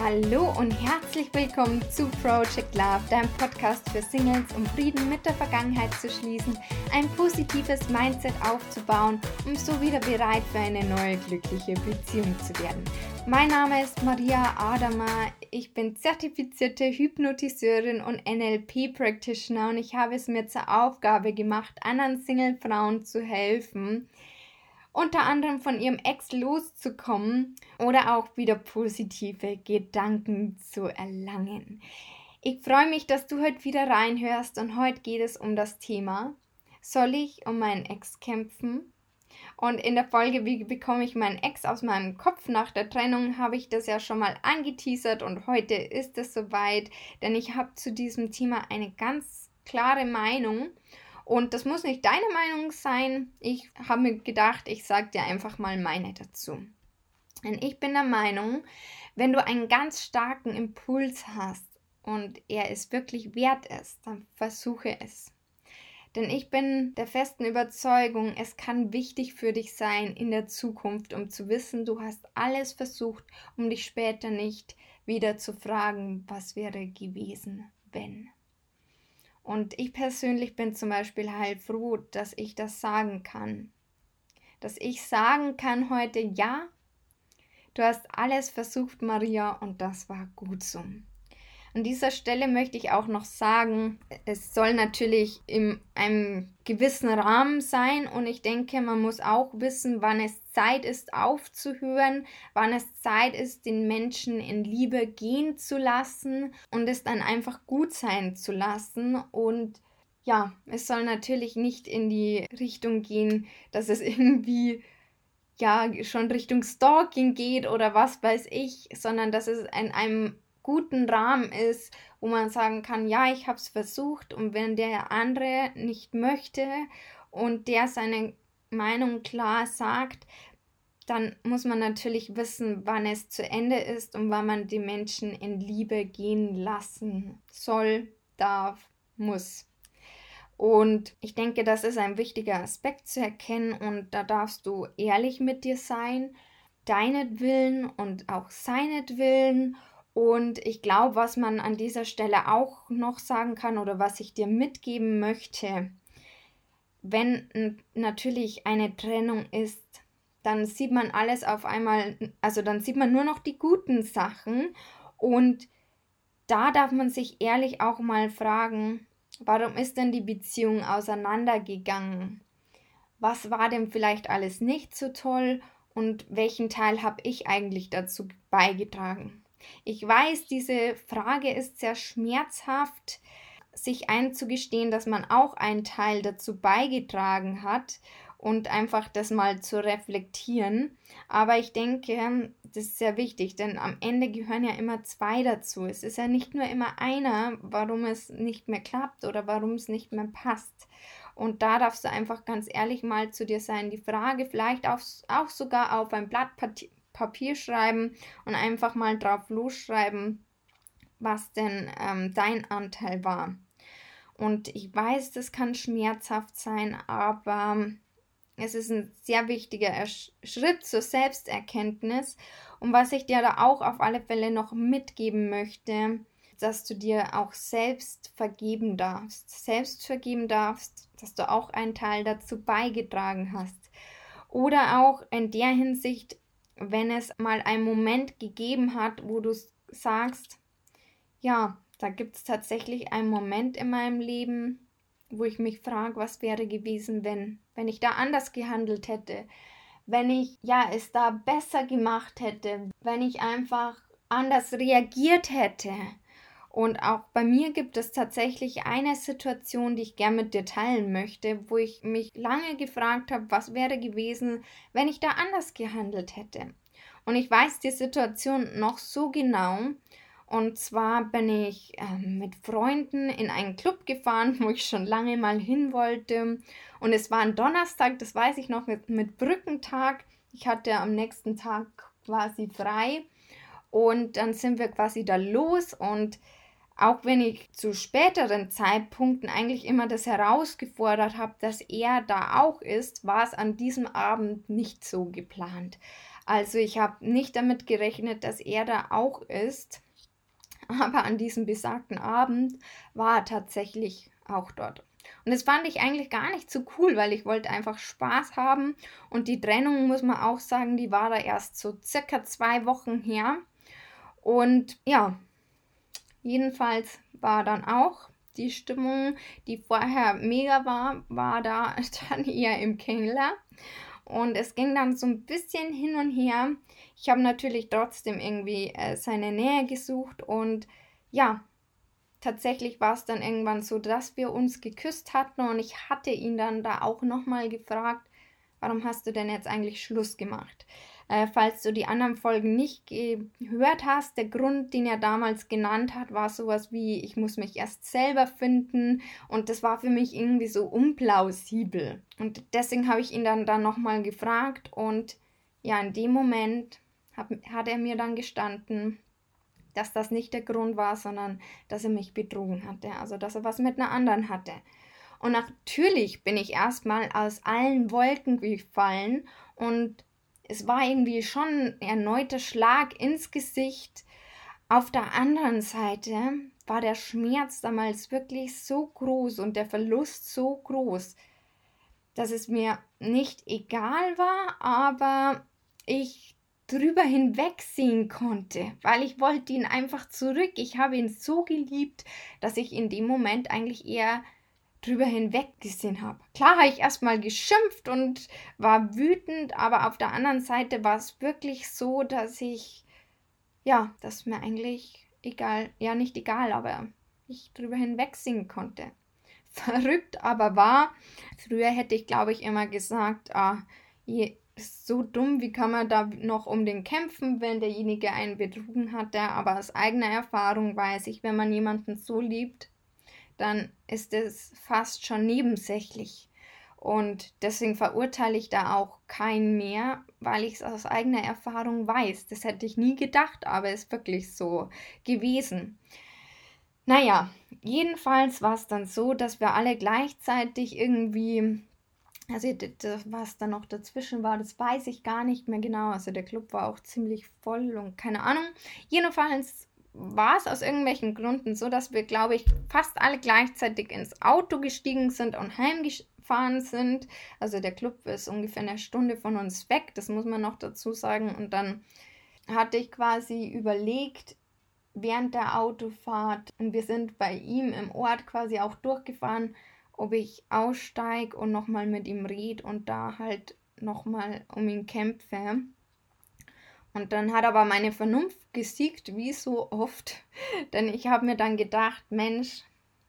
Hallo und herzlich willkommen zu Project Love, deinem Podcast für Singles, um Frieden mit der Vergangenheit zu schließen, ein positives Mindset aufzubauen, um so wieder bereit für eine neue glückliche Beziehung zu werden. Mein Name ist Maria Adamer, ich bin zertifizierte Hypnotiseurin und NLP-Practitioner und ich habe es mir zur Aufgabe gemacht, anderen Single-Frauen zu helfen, unter anderem von ihrem Ex loszukommen oder auch wieder positive Gedanken zu erlangen. Ich freue mich, dass du heute wieder reinhörst und heute geht es um das Thema: Soll ich um meinen Ex kämpfen? Und in der Folge, wie bekomme ich meinen Ex aus meinem Kopf nach der Trennung, habe ich das ja schon mal angeteasert und heute ist es soweit, denn ich habe zu diesem Thema eine ganz klare Meinung. Und das muss nicht deine Meinung sein. Ich habe mir gedacht, ich sage dir einfach mal meine dazu. Denn ich bin der Meinung, wenn du einen ganz starken Impuls hast und er es wirklich wert ist, dann versuche es. Denn ich bin der festen Überzeugung, es kann wichtig für dich sein in der Zukunft, um zu wissen, du hast alles versucht, um dich später nicht wieder zu fragen, was wäre gewesen, wenn. Und ich persönlich bin zum Beispiel heilfroh, dass ich das sagen kann. Dass ich sagen kann heute, ja, du hast alles versucht, Maria, und das war gut so. An dieser Stelle möchte ich auch noch sagen, es soll natürlich in einem gewissen Rahmen sein und ich denke, man muss auch wissen, wann es Zeit ist aufzuhören, wann es Zeit ist, den Menschen in Liebe gehen zu lassen und es dann einfach gut sein zu lassen. Und ja, es soll natürlich nicht in die Richtung gehen, dass es irgendwie schon Richtung Stalking geht oder was weiß ich, sondern dass es in einem guten Rahmen ist, wo man sagen kann, ja, ich habe es versucht, und wenn der andere nicht möchte und der seine Meinung klar sagt, dann muss man natürlich wissen, wann es zu Ende ist und wann man die Menschen in Liebe gehen lassen soll, darf, muss. Und ich denke, das ist ein wichtiger Aspekt zu erkennen und da darfst du ehrlich mit dir sein, deinetwillen und auch seinetwillen. Und ich glaube, was man an dieser Stelle auch noch sagen kann oder was ich dir mitgeben möchte, wenn natürlich eine Trennung ist, dann sieht man alles auf einmal, also dann sieht man nur noch die guten Sachen und da darf man sich ehrlich auch mal fragen, warum ist denn die Beziehung auseinandergegangen? Was war denn vielleicht alles nicht so toll und welchen Teil habe ich eigentlich dazu beigetragen? Ich weiß, diese Frage ist sehr schmerzhaft, sich einzugestehen, dass man auch einen Teil dazu beigetragen hat und einfach das mal zu reflektieren. Aber ich denke, das ist sehr wichtig, denn am Ende gehören ja immer zwei dazu. Es ist ja nicht nur immer einer, warum es nicht mehr klappt oder warum es nicht mehr passt. Und da darfst du einfach ganz ehrlich mal zu dir sein, die Frage vielleicht auch sogar auf ein Blatt Papier schreiben und einfach mal drauf losschreiben, was denn dein Anteil war. Und ich weiß, das kann schmerzhaft sein, aber es ist ein sehr wichtiger Schritt zur Selbsterkenntnis. Und was ich dir da auch auf alle Fälle noch mitgeben möchte, dass du dir auch selbst vergeben darfst. Selbst vergeben darfst, dass du auch einen Teil dazu beigetragen hast. Oder auch in der Hinsicht, wenn es mal einen Moment gegeben hat, wo du sagst, ja, da gibt es tatsächlich einen Moment in meinem Leben, wo ich mich frage, was wäre gewesen, wenn ich da anders gehandelt hätte, wenn ich es da besser gemacht hätte, wenn ich einfach anders reagiert hätte. Und auch bei mir gibt es tatsächlich eine Situation, die ich gerne mit dir teilen möchte, wo ich mich lange gefragt habe, was wäre gewesen, wenn ich da anders gehandelt hätte. Und ich weiß die Situation noch so genau. Und zwar bin ich mit Freunden in einen Club gefahren, wo ich schon lange mal hin wollte. Und es war ein Donnerstag, das weiß ich noch, mit Brückentag. Ich hatte am nächsten Tag quasi frei. Und dann sind wir quasi da los und Auch wenn ich zu späteren Zeitpunkten eigentlich immer das herausgefordert habe, dass er da auch ist, war es an diesem Abend nicht so geplant. Also ich habe nicht damit gerechnet, dass er da auch ist, aber an diesem besagten Abend war er tatsächlich auch dort. Und das fand ich eigentlich gar nicht so cool, weil ich wollte einfach Spaß haben. Und die Trennung, muss man auch sagen, die war da erst so circa 2 Wochen her. Und ja, jedenfalls war dann auch die Stimmung, die vorher mega war da dann eher im Keller. Und es ging dann so ein bisschen hin und her. Ich habe natürlich trotzdem irgendwie seine Nähe gesucht und ja, tatsächlich war es dann irgendwann so, dass wir uns geküsst hatten und ich hatte ihn dann da auch nochmal gefragt, warum hast du denn jetzt eigentlich Schluss gemacht? Falls du die anderen Folgen nicht gehört hast, der Grund, den er damals genannt hat, war sowas wie, ich muss mich erst selber finden und das war für mich irgendwie so unplausibel. Und deswegen habe ich ihn dann nochmal gefragt und ja, in dem Moment hat er mir dann gestanden, dass das nicht der Grund war, sondern dass er mich betrogen hatte, also dass er was mit einer anderen hatte. Und natürlich bin ich erstmal aus allen Wolken gefallen und es war irgendwie schon ein erneuter Schlag ins Gesicht. Auf der anderen Seite war der Schmerz damals wirklich so groß und der Verlust so groß, dass es mir nicht egal war, aber ich drüber hinwegsehen konnte, weil ich wollte ihn einfach zurück. Ich habe ihn so geliebt, dass ich in dem Moment eigentlich eher drüber hinweggesehen habe. Klar habe ich erstmal geschimpft und war wütend, aber auf der anderen Seite war es wirklich so, dass dass mir eigentlich egal, ja nicht egal, aber ich drüber hinwegsehen konnte. Verrückt aber wahr. Früher hätte ich, glaube ich, immer gesagt, ist so dumm, wie kann man da noch um den kämpfen, wenn derjenige einen betrogen hatte. Aber aus eigener Erfahrung weiß ich, wenn man jemanden so liebt, dann ist es fast schon nebensächlich. Und deswegen verurteile ich da auch keinen mehr, weil ich es aus eigener Erfahrung weiß. Das hätte ich nie gedacht, aber es ist wirklich so gewesen. Naja, jedenfalls war es dann so, dass wir alle gleichzeitig irgendwie, also was dann noch dazwischen war, das weiß ich gar nicht mehr genau. Also der Club war auch ziemlich voll und keine Ahnung. Jedenfalls war es aus irgendwelchen Gründen so, dass wir, glaube ich, fast alle gleichzeitig ins Auto gestiegen sind und heimgefahren sind. Also der Club ist ungefähr eine Stunde von uns weg, das muss man noch dazu sagen. Und dann hatte ich quasi überlegt, während der Autofahrt, und wir sind bei ihm im Ort quasi auch durchgefahren, ob ich aussteige und nochmal mit ihm rede und da halt nochmal um ihn kämpfe. Und dann hat aber meine Vernunft gesiegt, wie so oft, denn ich habe mir dann gedacht, Mensch,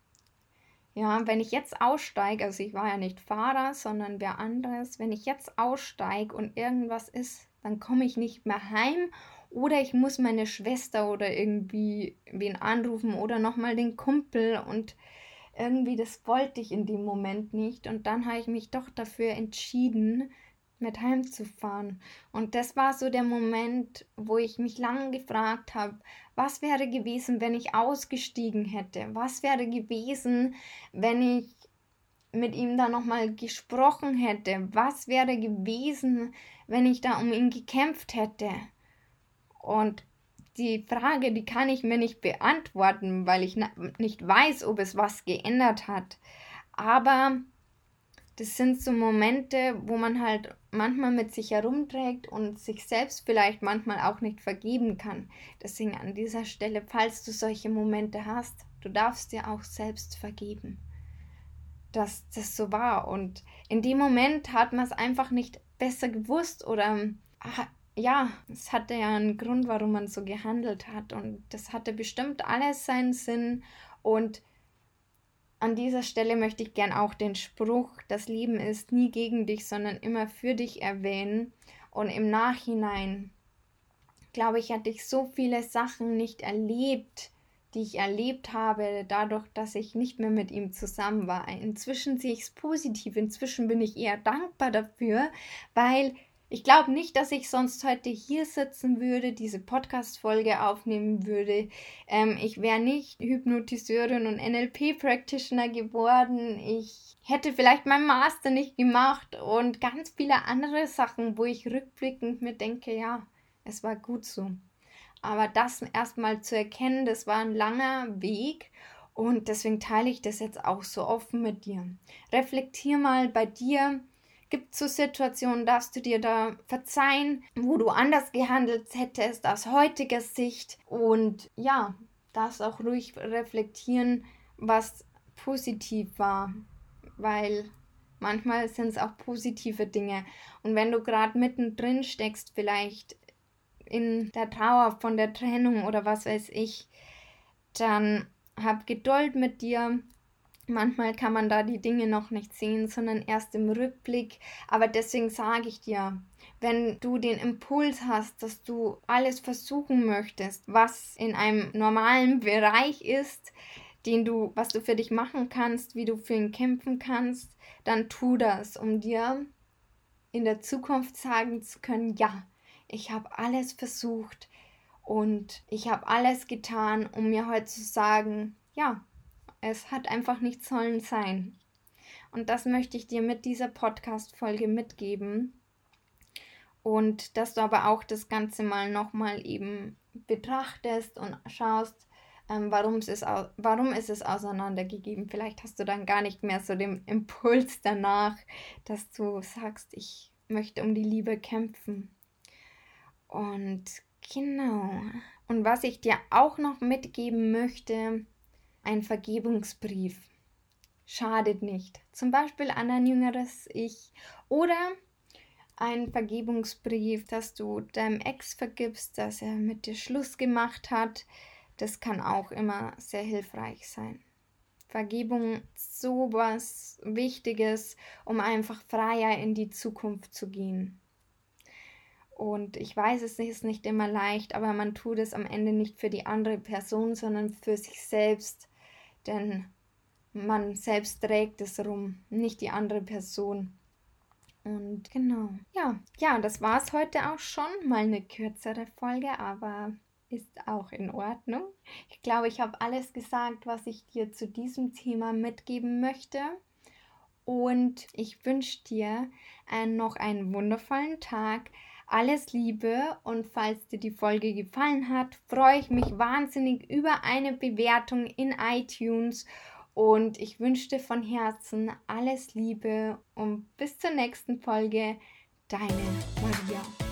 ja, wenn ich jetzt aussteige, also ich war ja nicht Fahrer, sondern wer anderes, wenn ich jetzt aussteige und irgendwas ist, dann komme ich nicht mehr heim oder ich muss meine Schwester oder irgendwie wen anrufen oder nochmal den Kumpel und irgendwie das wollte ich in dem Moment nicht und dann habe ich mich doch dafür entschieden, mit heimzufahren. Und das war so der Moment, wo ich mich lange gefragt habe, was wäre gewesen, wenn ich ausgestiegen hätte? Was wäre gewesen, wenn ich mit ihm da nochmal gesprochen hätte? Was wäre gewesen, wenn ich da um ihn gekämpft hätte? Und die Frage, die kann ich mir nicht beantworten, weil ich nicht weiß, ob es was geändert hat. Aber das sind so Momente, wo man halt manchmal mit sich herumträgt und sich selbst vielleicht manchmal auch nicht vergeben kann. Deswegen an dieser Stelle, falls du solche Momente hast, du darfst dir auch selbst vergeben, dass das so war. Und in dem Moment hat man es einfach nicht besser gewusst oder ja, es hatte ja einen Grund, warum man so gehandelt hat. Und das hatte bestimmt alles seinen Sinn. Und an dieser Stelle möchte ich gern auch den Spruch, das Leben ist nie gegen dich, sondern immer für dich erwähnen. Und im Nachhinein, glaube ich, hatte ich so viele Sachen nicht erlebt, die ich erlebt habe, dadurch, dass ich nicht mehr mit ihm zusammen war. Inzwischen sehe ich es positiv, inzwischen bin ich eher dankbar dafür, weil Ich glaube nicht, dass ich sonst heute hier sitzen würde, diese Podcast-Folge aufnehmen würde. Ich wäre nicht Hypnotiseurin und NLP-Practitioner geworden. Ich hätte vielleicht meinen Master nicht gemacht und ganz viele andere Sachen, wo ich rückblickend mir denke, ja, es war gut so. Aber das erstmal zu erkennen, das war ein langer Weg und deswegen teile ich das jetzt auch so offen mit dir. Reflektier mal bei dir. Gibt es so Situationen, darfst du dir da verzeihen, wo du anders gehandelt hättest aus heutiger Sicht? Und ja, darfst auch ruhig reflektieren, was positiv war, weil manchmal sind es auch positive Dinge. Und wenn du gerade mittendrin steckst, vielleicht in der Trauer von der Trennung oder was weiß ich, dann hab Geduld mit dir. Manchmal kann man da die Dinge noch nicht sehen, sondern erst im Rückblick. Aber deswegen sage ich dir, wenn du den Impuls hast, dass du alles versuchen möchtest, was in einem normalen Bereich ist, was du für dich machen kannst, wie du für ihn kämpfen kannst, dann tu das, um dir in der Zukunft sagen zu können, ja, ich habe alles versucht und ich habe alles getan, um mir heute zu sagen, ja, es hat einfach nicht sollen sein. Und das möchte ich dir mit dieser Podcast-Folge mitgeben. Und dass du aber auch das Ganze mal nochmal eben betrachtest und schaust, warum ist es auseinandergegeben. Vielleicht hast du dann gar nicht mehr so den Impuls danach, dass du sagst, ich möchte um die Liebe kämpfen. Und genau. Und was ich dir auch noch mitgeben möchte, ein Vergebungsbrief. Schadet nicht. Zum Beispiel an ein jüngeres Ich. Oder ein Vergebungsbrief, dass du deinem Ex vergibst, dass er mit dir Schluss gemacht hat. Das kann auch immer sehr hilfreich sein. Vergebung ist so was Wichtiges, um einfach freier in die Zukunft zu gehen. Und ich weiß, es ist nicht immer leicht, aber man tut es am Ende nicht für die andere Person, sondern für sich selbst. Denn man selbst trägt es rum, nicht die andere Person. Und genau. Ja, das war es heute auch schon. Mal eine kürzere Folge, aber ist auch in Ordnung. Ich glaube, ich habe alles gesagt, was ich dir zu diesem Thema mitgeben möchte. Und ich wünsche dir noch einen wundervollen Tag. Alles Liebe, und falls dir die Folge gefallen hat, freue ich mich wahnsinnig über eine Bewertung in iTunes. Und ich wünsche dir von Herzen alles Liebe und bis zur nächsten Folge. Deine Maria.